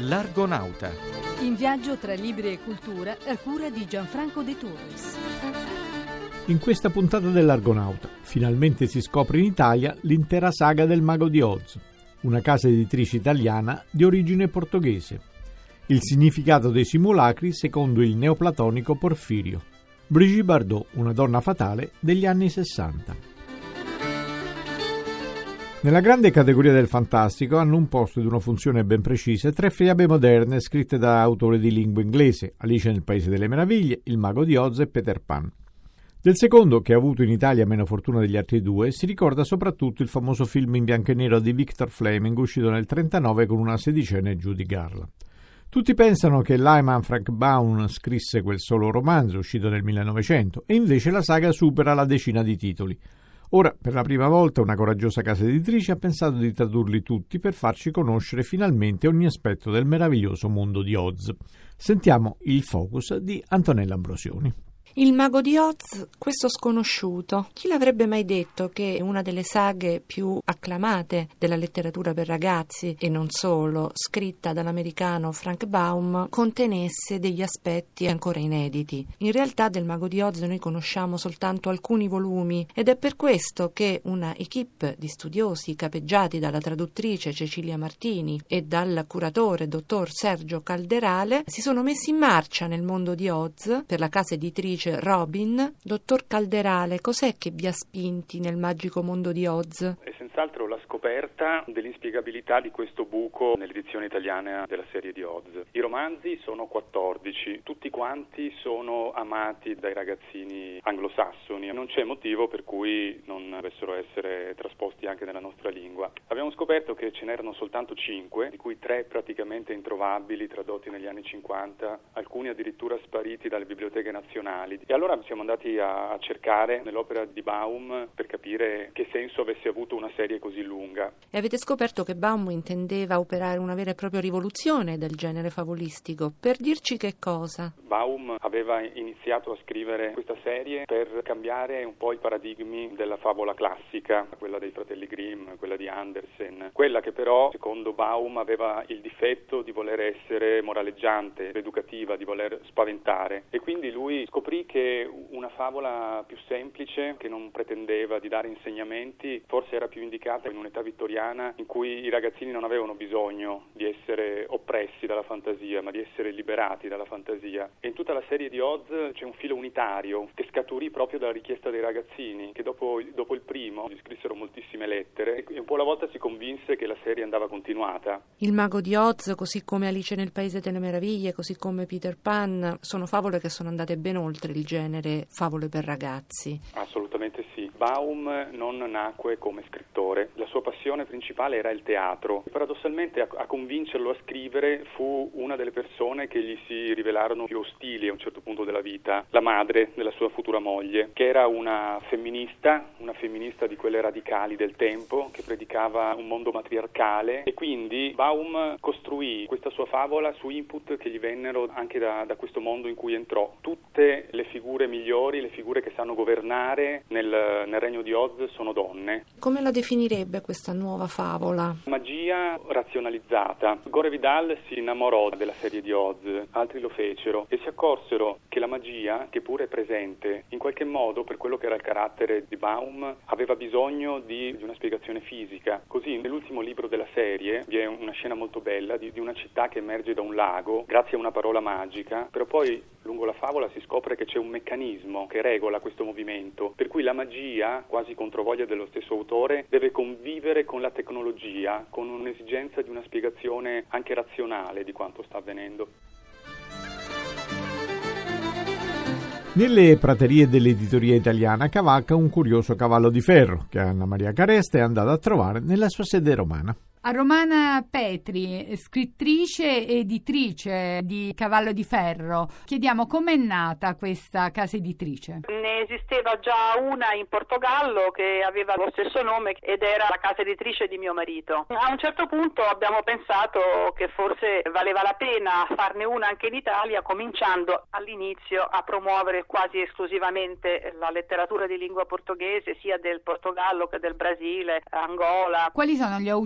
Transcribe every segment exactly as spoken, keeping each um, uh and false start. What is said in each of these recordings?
L'Argonauta. In viaggio tra libri e cultura a cura di Gianfranco De Torres. In questa puntata dell'Argonauta finalmente si scopre in Italia l'intera saga del Mago di Oz, una casa editrice italiana di origine portoghese. Il significato dei simulacri secondo il neoplatonico Porfirio. Brigitte Bardot, una donna fatale degli anni sessanta. Nella grande categoria del fantastico hanno un posto ed una funzione ben precise tre fiabe moderne scritte da autori di lingua inglese: Alice nel Paese delle Meraviglie, Il Mago di Oz e Peter Pan. Del secondo, che ha avuto in Italia meno fortuna degli altri due, si ricorda soprattutto il famoso film in bianco e nero di Victor Fleming, uscito nel trentanove con una sedicenne Judy Garland. Tutti pensano che Lyman Frank Baum scrisse quel solo romanzo, uscito nel millenovecento, e invece la saga supera la decina di titoli. Ora, per la prima volta, una coraggiosa casa editrice ha pensato di tradurli tutti per farci conoscere finalmente ogni aspetto del meraviglioso mondo di Oz. Sentiamo il focus di Antonella Ambrosioni. Il Mago di Oz, questo sconosciuto. Chi l'avrebbe mai detto che una delle saghe più acclamate della letteratura per ragazzi, e non solo, scritta dall'americano Frank Baum, contenesse degli aspetti ancora inediti. In realtà del Mago di Oz noi conosciamo soltanto alcuni volumi ed è per questo che una equipe di studiosi capeggiati dalla traduttrice Cecilia Martini e dal curatore dottor Sergio Calderale si sono messi in marcia nel mondo di Oz per la casa editrice Robin. Dottor Calderale, cos'è che vi ha spinti nel magico mondo di Oz? È senz'altro la scoperta dell'inspiegabilità di questo buco nell'edizione italiana della serie di Oz. I romanzi sono quattordici, tutti quanti sono amati dai ragazzini anglosassoni, non c'è motivo per cui non dovessero essere trasposti anche nella nostra lingua. Abbiamo scoperto che ce n'erano soltanto cinque, di cui tre praticamente introvabili, tradotti negli anni cinquanta, alcuni addirittura spariti dalle biblioteche nazionali. E allora siamo andati a cercare nell'opera di Baum per capire che senso avesse avuto una serie così lunga. E avete scoperto che Baum intendeva operare una vera e propria rivoluzione del genere favolistico. Per dirci che cosa? Baum aveva iniziato a scrivere questa serie per cambiare un po' i paradigmi della favola classica, quella dei fratelli Grimm, quella di Andersen, quella che però, secondo Baum, aveva il difetto di voler essere moraleggiante, educativa, di voler spaventare. E quindi lui scoprì che una favola più semplice, che non pretendeva di dare insegnamenti, forse era più indicata in un'età vittoriana in cui i ragazzini non avevano bisogno di essere oppressi dalla fantasia, ma di essere liberati dalla fantasia. E in tutta la serie di Oz c'è un filo unitario che scaturì proprio dalla richiesta dei ragazzini, che dopo, dopo il primo gli scrissero moltissime lettere e un po' alla volta si convinse che la serie andava continuata. Il Mago di Oz, così come Alice nel Paese delle Meraviglie, così come Peter Pan, sono favole che sono andate ben oltre il genere favole per ragazzi. Assolutamente sì. Baum non nacque come scrittore, la sua passione principale era il teatro. Paradossalmente a, a convincerlo a scrivere fu una delle persone che gli si rivelarono più ostili a un certo punto della vita, la madre della sua futura moglie, che era una femminista, una femminista di quelle radicali del tempo, che predicava un mondo matriarcale, e quindi Baum costruì questa sua favola su input che gli vennero anche da, da questo mondo in cui entrò. Tutte le figure migliori, le figure che sanno governare nel, nel regno di Oz sono donne. Come la definirebbe questa nuova favola? Magia razionalizzata. Gore Vidal si innamorò della serie di Oz, altri lo fecero e si accorsero che la magia, che pure è presente, in qualche modo per quello che era il carattere di Baum, aveva bisogno di, di una spiegazione fisica. Così nell'ultimo libro della serie vi è una scena molto bella di, di una città che emerge da un lago grazie a una parola magica, però poi lungo la favola si scopre che c'è un meccanismo che regola questo movimento, per cui la magia, quasi controvoglia dello stesso autore, deve convivere con la tecnologia, con un'esigenza di una spiegazione anche razionale di quanto sta avvenendo. Nelle praterie dell'editoria italiana cavalca un curioso cavallo di ferro che Anna Maria Caresta è andata a trovare nella sua sede romana. A Romana Petri, scrittrice e editrice di Cavallo di Ferro, chiediamo com'è nata questa casa editrice. Ne esisteva già una in Portogallo che aveva lo stesso nome ed era la casa editrice di mio marito. A un certo punto abbiamo pensato che forse valeva la pena farne una anche in Italia, cominciando all'inizio a promuovere quasi esclusivamente la letteratura di lingua portoghese, sia del Portogallo che del Brasile, Angola. Quali sono gli autori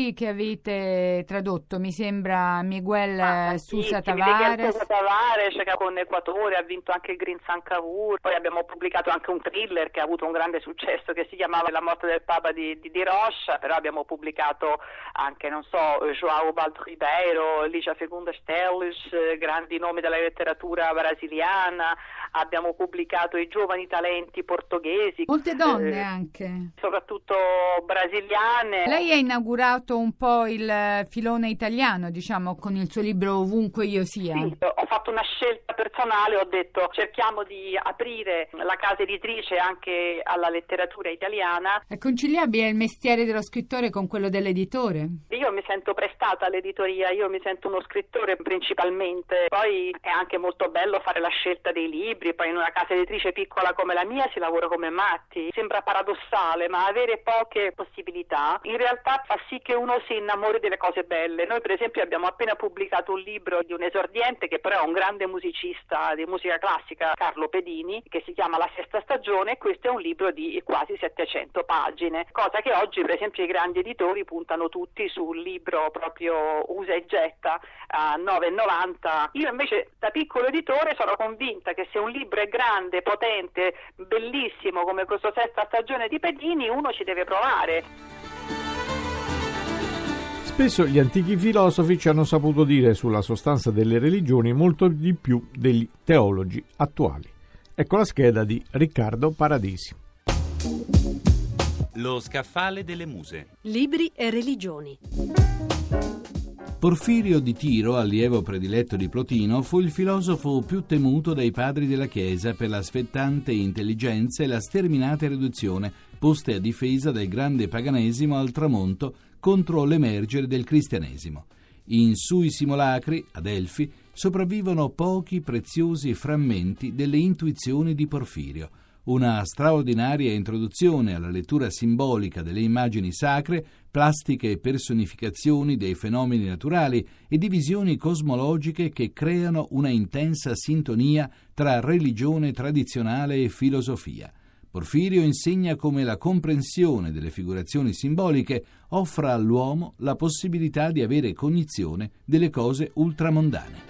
libri che avete tradotto, mi sembra Miguel Ah, Sousa sì, Miguel Tavares. Sousa Tavares, che con Equatore ha vinto anche il Green Sun Cavour. Poi abbiamo pubblicato anche un thriller che ha avuto un grande successo, che si chiamava La morte del Papa di, di, di Rocha, però abbiamo pubblicato anche, non so, João Baldo Ribeiro, Lígia Fecunda Sterles, eh, grandi nomi della letteratura brasiliana. Abbiamo pubblicato i giovani talenti portoghesi. Molte donne eh, anche. soprattutto brasiliane. Lei ha inaugurato un po' il filone italiano, diciamo, con il suo libro Ovunque io sia. Sì, ho fatto una scelta personale, ho detto cerchiamo di aprire la casa editrice anche alla letteratura italiana. È conciliabile il mestiere dello scrittore con quello dell'editore? Io mi sento prestata all'editoria, io mi sento uno scrittore principalmente, poi è anche molto bello fare la scelta dei libri, poi in una casa editrice piccola come la mia si lavora come matti, sembra paradossale, ma avere poche possibilità in realtà fa sì che uno si innamori delle cose belle. Noi per esempio abbiamo appena pubblicato un libro di un esordiente che però è un grande musicista di musica classica, Carlo Pedini, che si chiama La sesta stagione, e questo è un libro di quasi settecento pagine, cosa che oggi per esempio i grandi editori puntano tutti sul libro proprio usa e getta a nove e novanta. Io invece da piccolo editore sono convinta che se un libro è grande, potente, bellissimo come questo Sesta stagione di Pedini, uno ci deve provare. Spesso gli antichi filosofi ci hanno saputo dire sulla sostanza delle religioni molto di più degli teologi attuali. Ecco la scheda di Riccardo Paradisi. Lo scaffale delle muse. Libri e religioni. Porfirio di Tiro, allievo prediletto di Plotino, fu il filosofo più temuto dai padri della Chiesa per la sfettante intelligenza e la sterminata riduzione poste a difesa del grande paganesimo al tramonto contro l'emergere del cristianesimo. In sui simulacri, a Delfi, sopravvivono pochi preziosi frammenti delle intuizioni di Porfirio, una straordinaria introduzione alla lettura simbolica delle immagini sacre, plastiche personificazioni dei fenomeni naturali e di visioni cosmologiche che creano una intensa sintonia tra religione tradizionale e filosofia. Porfirio insegna come la comprensione delle figurazioni simboliche offra all'uomo la possibilità di avere cognizione delle cose ultramondane.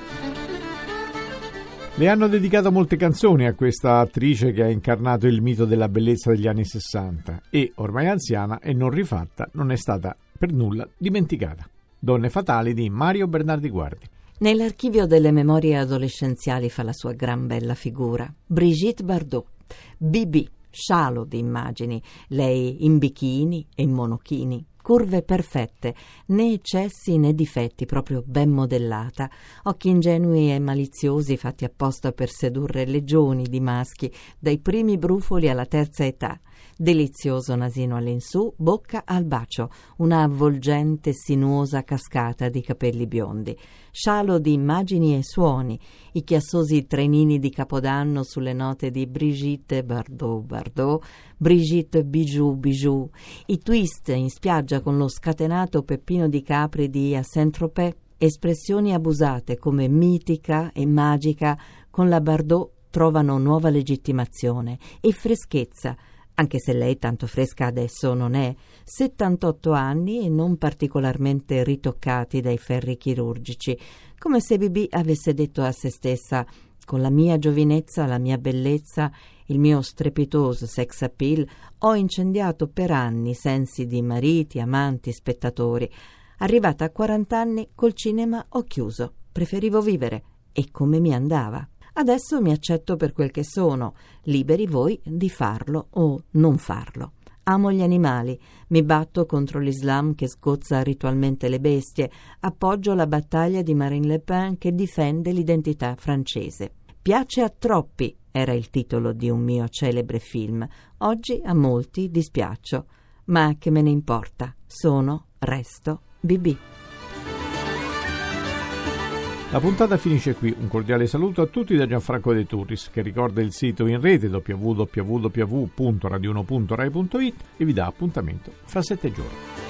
Le hanno dedicato molte canzoni a questa attrice che ha incarnato il mito della bellezza degli anni sessanta e, ormai anziana e non rifatta, non è stata per nulla dimenticata. Donne fatali di Mario Bernardi Guardi. Nell'archivio delle memorie adolescenziali fa la sua gran bella figura Brigitte Bardot, B B, scialo di immagini, lei in bikini e in monochini, curve perfette, né eccessi né difetti, proprio ben modellata, occhi ingenui e maliziosi fatti apposta per sedurre legioni di maschi, dai primi brufoli alla terza età, delizioso nasino all'insù, bocca al bacio, una avvolgente sinuosa cascata di capelli biondi, scialo di immagini e suoni, i chiassosi trenini di Capodanno sulle note di Brigitte Bardot Bardot, Brigitte Bijou Bijou, i twist in spiaggia con lo scatenato peppino di capri di Saint-Tropez, espressioni abusate come mitica e magica con la Bardot trovano nuova legittimazione e freschezza, anche se lei tanto fresca adesso non è, settantotto anni e non particolarmente ritoccati dai ferri chirurgici, come se B B avesse detto a se stessa: con la mia giovinezza, la mia bellezza, il mio strepitoso sex appeal, ho incendiato per anni sensi di mariti, amanti, spettatori. Arrivata a quaranta anni, col cinema ho chiuso, preferivo vivere, e come mi andava. Adesso mi accetto per quel che sono, liberi voi di farlo o non farlo. Amo gli animali, mi batto contro l'Islam che scozza ritualmente le bestie, appoggio la battaglia di Marine Le Pen che difende l'identità francese. Piace a troppi era il titolo di un mio celebre film. Oggi a molti dispiaccio, ma che me ne importa, sono, resto, B B. La puntata finisce qui. Un cordiale saluto a tutti da Gianfranco De Turris, che ricorda il sito in rete w w w punto radio uno punto rai punto it e vi dà appuntamento fra sette giorni.